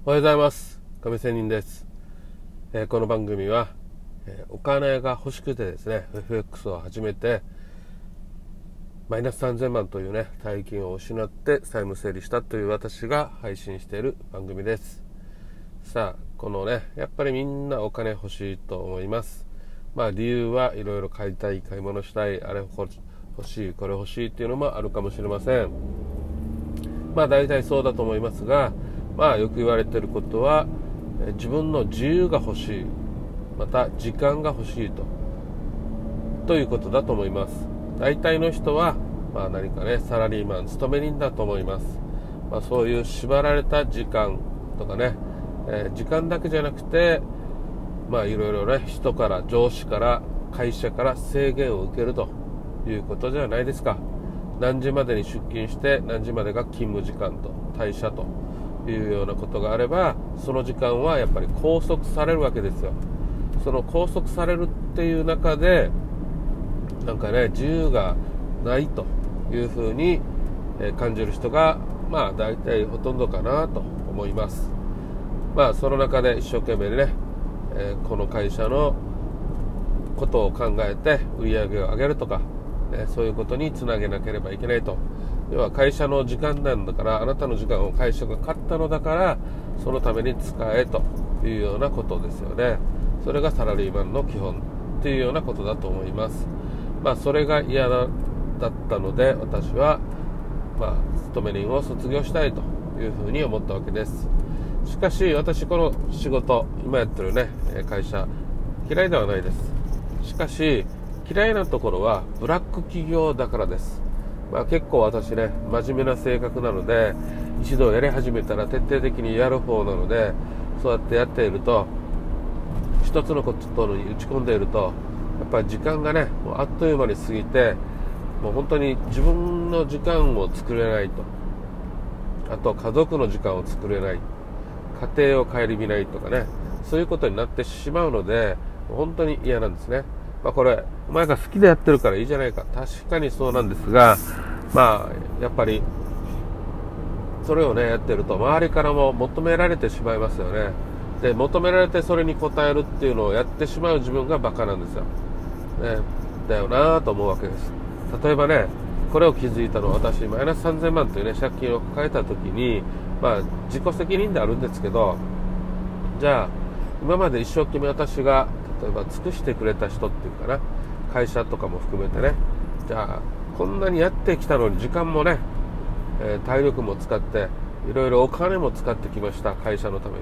おはようございます。亀仙人です。この番組は、お金が欲しくてですね FX を始めてマイナス3000万というね大金を失って債務整理したという私が配信している番組です。さあこのねやっぱりみんなお金欲しいと思います。理由はいろいろ買いたい、買い物したい、あれ欲しい、これ欲しいっていうのもあるかもしれません。大体そうだと思いますが、よく言われていることは自分の自由が欲しい、また時間が欲しいということだと思います。大体の人は、何かねサラリーマン、勤め人だと思います。そういう縛られた時間とかね、時間だけじゃなくていろいろね人から上司から会社から制限を受けるということじゃないですか。何時までに出勤して何時までが勤務時間と退社というようなことがあれば、その時間はやっぱり拘束されるわけですよ。その拘束されるっていう中で自由がないというふうに感じる人が大体ほとんどかなと思います。その中で一生懸命ね、この会社のことを考えて売り上げを上げるとか、そういうことにつなげなければいけないと。要は会社の時間なんだから、あなたの時間を会社が買ったのだからそのために使えというようなことですよね。それがサラリーマンの基本というようなことだと思います。それが嫌だったので私は勤め人を卒業したいというふうに思ったわけです。しかし私この仕事、今やってるね会社嫌いではないです。しかし嫌いなところはブラック企業だからです。結構私ね真面目な性格なので、一度やり始めたら徹底的にやる方なので、そうやってやっていると一つのことに打ち込んでいるとやっぱり時間がねもうあっという間に過ぎて、もう本当に自分の時間を作れないと、あと家族の時間を作れない、家庭を顧みないとかね、そういうことになってしまうので本当に嫌なんですね。これお前が好きでやってるからいいじゃないか、確かにそうなんですが、やっぱりそれをねやってると周りからも求められてしまいますよね。で求められてそれに応えるっていうのをやってしまう自分がバカなんですよ、だよなと思うわけです。例えばね、これを気づいたのは私マイナス3000万というね借金を抱えた時に、自己責任であるんですけど、じゃあ今まで一生懸命私が例えば尽くしてくれた人っていうかな、会社とかも含めてね、じゃあこんなにやってきたのに時間もね、体力も使っていろいろお金も使ってきました、会社のために。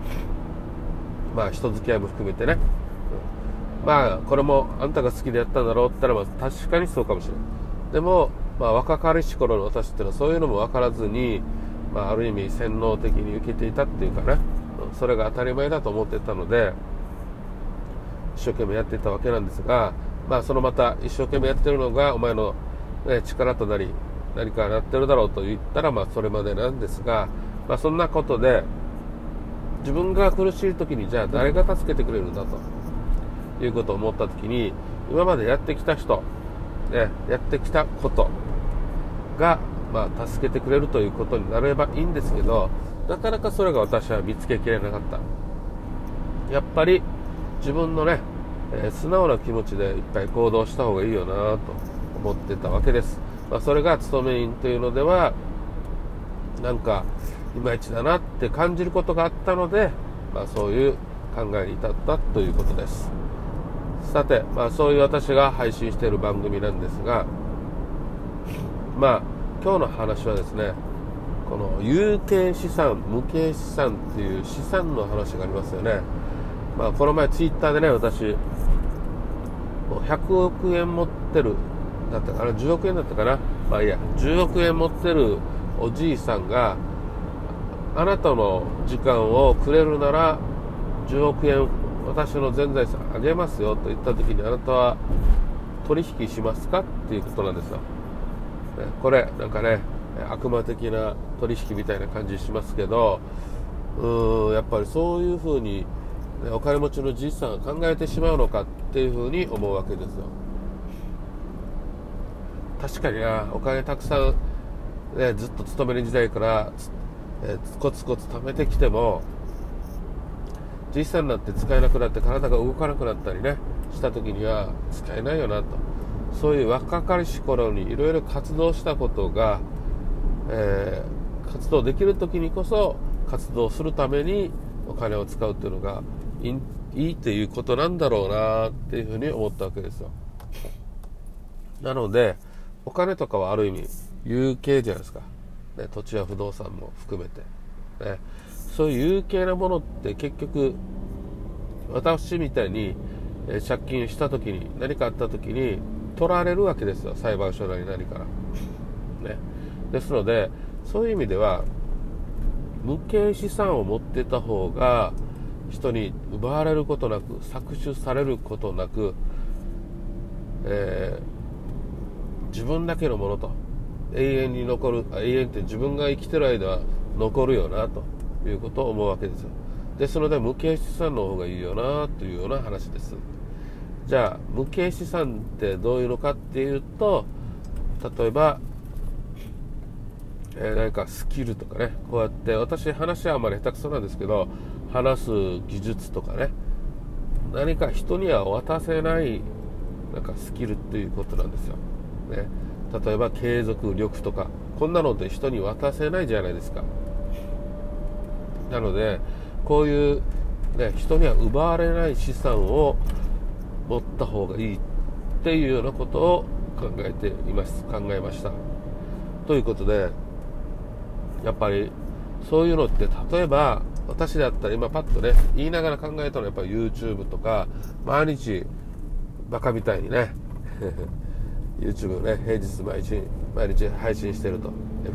人付き合いも含めてね、これもあんたが好きでやったんだろうって言ったら確かにそうかもしれない。でも若かりし頃の私っていうのはそういうのも分からずに、ある意味洗脳的に受けていたっていうかね、それが当たり前だと思ってたので一生懸命やっていたわけなんですが、そのまた一生懸命やってるのがお前の、力となり何かなってるだろうと言ったらそれまでなんですが、そんなことで自分が苦しい時にじゃあ誰が助けてくれるんだということを思った時に、今までやってきた人、やってきたことが助けてくれるということになればいいんですけど、なかなかそれが私は見つけきれなかった。やっぱり自分のね、素直な気持ちでいっぱい行動した方がいいよなと思ってたわけです。それが勤め人というのではいまいちだなって感じることがあったので、そういう考えに至ったということです。さて、そういう私が配信している番組なんですが、今日の話はですね、この有形資産、無形資産っていう資産の話がありますよね。この前ツイッターでね、私100億円持ってるだったかな、10億円だったかな、10億円持ってるおじいさんがあなたの時間をくれるなら10億円私の全財産あげますよと言った時に、あなたは取引しますかっていうことなんですよ。これ悪魔的な取引みたいな感じしますけど、やっぱりそういうふうにお金持ちのじいさんが考えてしまうのかっていうふうに思うわけですよ。確かにお金たくさん、ずっと勤める時代からコツコツ貯めてきても実際になって使えなくなって体が動かなくなったりねした時には使えないよなと、そういう若かりし頃にいろいろ活動したことが、活動できる時にこそ活動するためにお金を使うっていうのがいいっていうことなんだろうなっていうふうに思ったわけですよ。なのでお金とかはある意味有形じゃないですか、ね、土地や不動産も含めて、ね、そういう有形なものって結局私みたいに借金した時に何かあった時に取られるわけですよ、裁判所なり何から、ね、ですのでそういう意味では無形資産を持ってた方が人に奪われることなく搾取されることなく、自分だけのものと永遠に残る、永遠って自分が生きてる間は残るよなということを思うわけですよ。ですので無形資産の方がいいよなというような話です。じゃあ無形資産ってどういうのかっていうと、例えば、何かスキルとかね、こうやって私話はあまり下手くそなんですけど話す技術とかね、何か人には渡せないなんかスキルっていうことなんですよ、ね、例えば継続力とかこんなのって人に渡せないじゃないですか。なのでこういう、ね、人には奪われない資産を持った方がいいっていうようなことを考えましたということで、やっぱりそういうのって例えば私だったら今パッとね言いながら考えたのはやっぱり YouTube とか毎日バカみたいにねYouTube ね平日毎日配信してると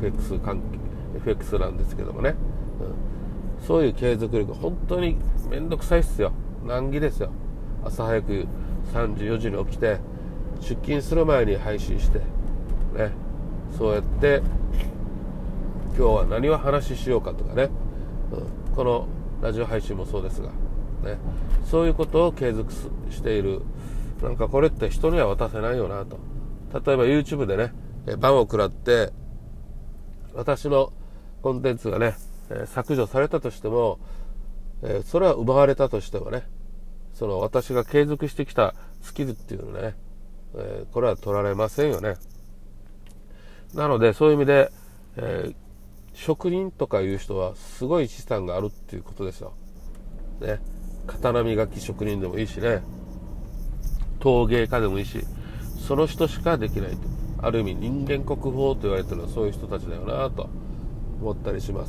FX なんですけどもね、そういう継続力本当にめんどくさいっすよ。難儀ですよ。朝早く3時4時に起きて出勤する前に配信してね、そうやって今日は何を話しようかとかね、このラジオ配信もそうですが、ね、そういうことを継続している。なんかこれって人には渡せないよなと。例えば YouTube でね番を食らって私のコンテンツがね削除されたとしても、それは奪われたとしてもね、その私が継続してきたスキルっていうのね、これは取られませんよね。なのでそういう意味で、職人とかいう人はすごい資産があるっていうことですよ、ね、刀磨き職人でもいいしね、陶芸家でもいいし、その人しかできないと、ある意味人間国宝と言われてるのはそういう人たちだよなと思ったりします。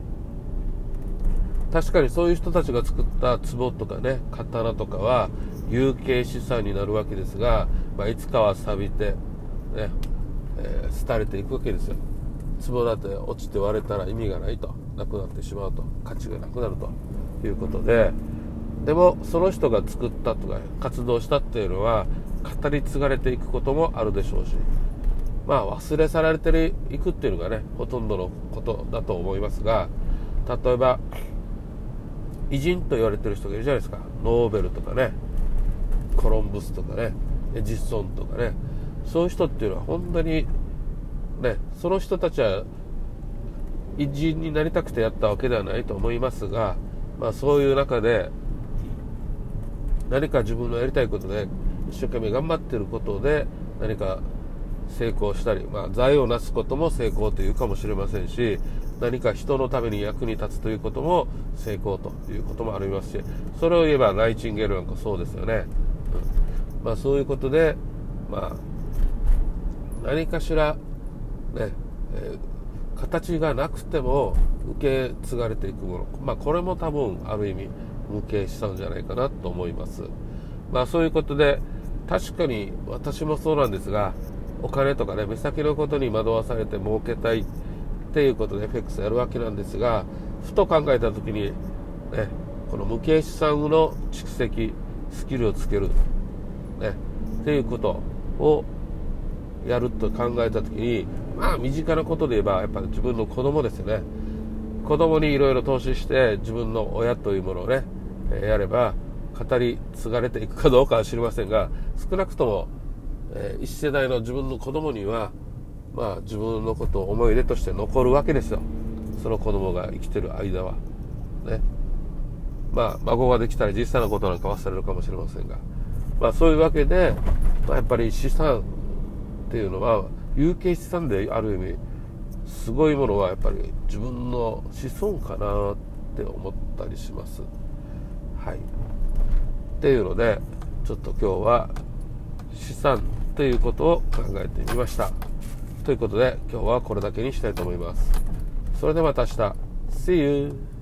確かにそういう人たちが作った壺とかね刀とかは有形資産になるわけですが、いつかは錆びて、ね廃れていくわけですよ。壺だって落ちて割れたら意味がないと、なくなってしまうと、価値がなくなるということで、でもその人が作ったとか活動したっていうのは語り継がれていくこともあるでしょうし、忘れ去られていくっていうのがねほとんどのことだと思いますが、例えば偉人と言われてる人がいるじゃないですか。ノーベルとかね、コロンブスとかね、エジソンとかね、そういう人っていうのは本当にね、その人たちは偉人になりたくてやったわけではないと思いますが、そういう中で何か自分のやりたいことで一生懸命頑張っていることで何か成功したり、財を成すことも成功というかもしれませんし、何か人のために役に立つということも成功ということもありますし、それを言えばナイチンゲールなんかそうですよね、そういうことで、何かしらね、形がなくても受け継がれていくもの、これも多分ある意味無形資産じゃないかなと思います。そういうことで確かに私もそうなんですが、お金とかね目先のことに惑わされて儲けたいっていうことで FX やるわけなんですが、ふと考えた時に、この無形資産の蓄積スキルをつける、っていうことをやると考えた時に、身近なことで言えばやっぱり自分の子供ですよね。子供にいろいろ投資して自分の親というものをね、やれば語り継がれていくかどうかは知りませんが、少なくとも、一世代の自分の子供には、自分のことを思い出として残るわけですよ。 その子供が生きてる間はね、孫ができたら実際のことなんか忘れるかもしれませんが、そういうわけで、やっぱり資産っていうのは有形資産である意味すごいものはやっぱり自分の子孫かなって思ったりします。はい。っていうのでちょっと今日は資産ということを考えてみました。ということで今日はこれだけにしたいと思います。それではまた明日。See you!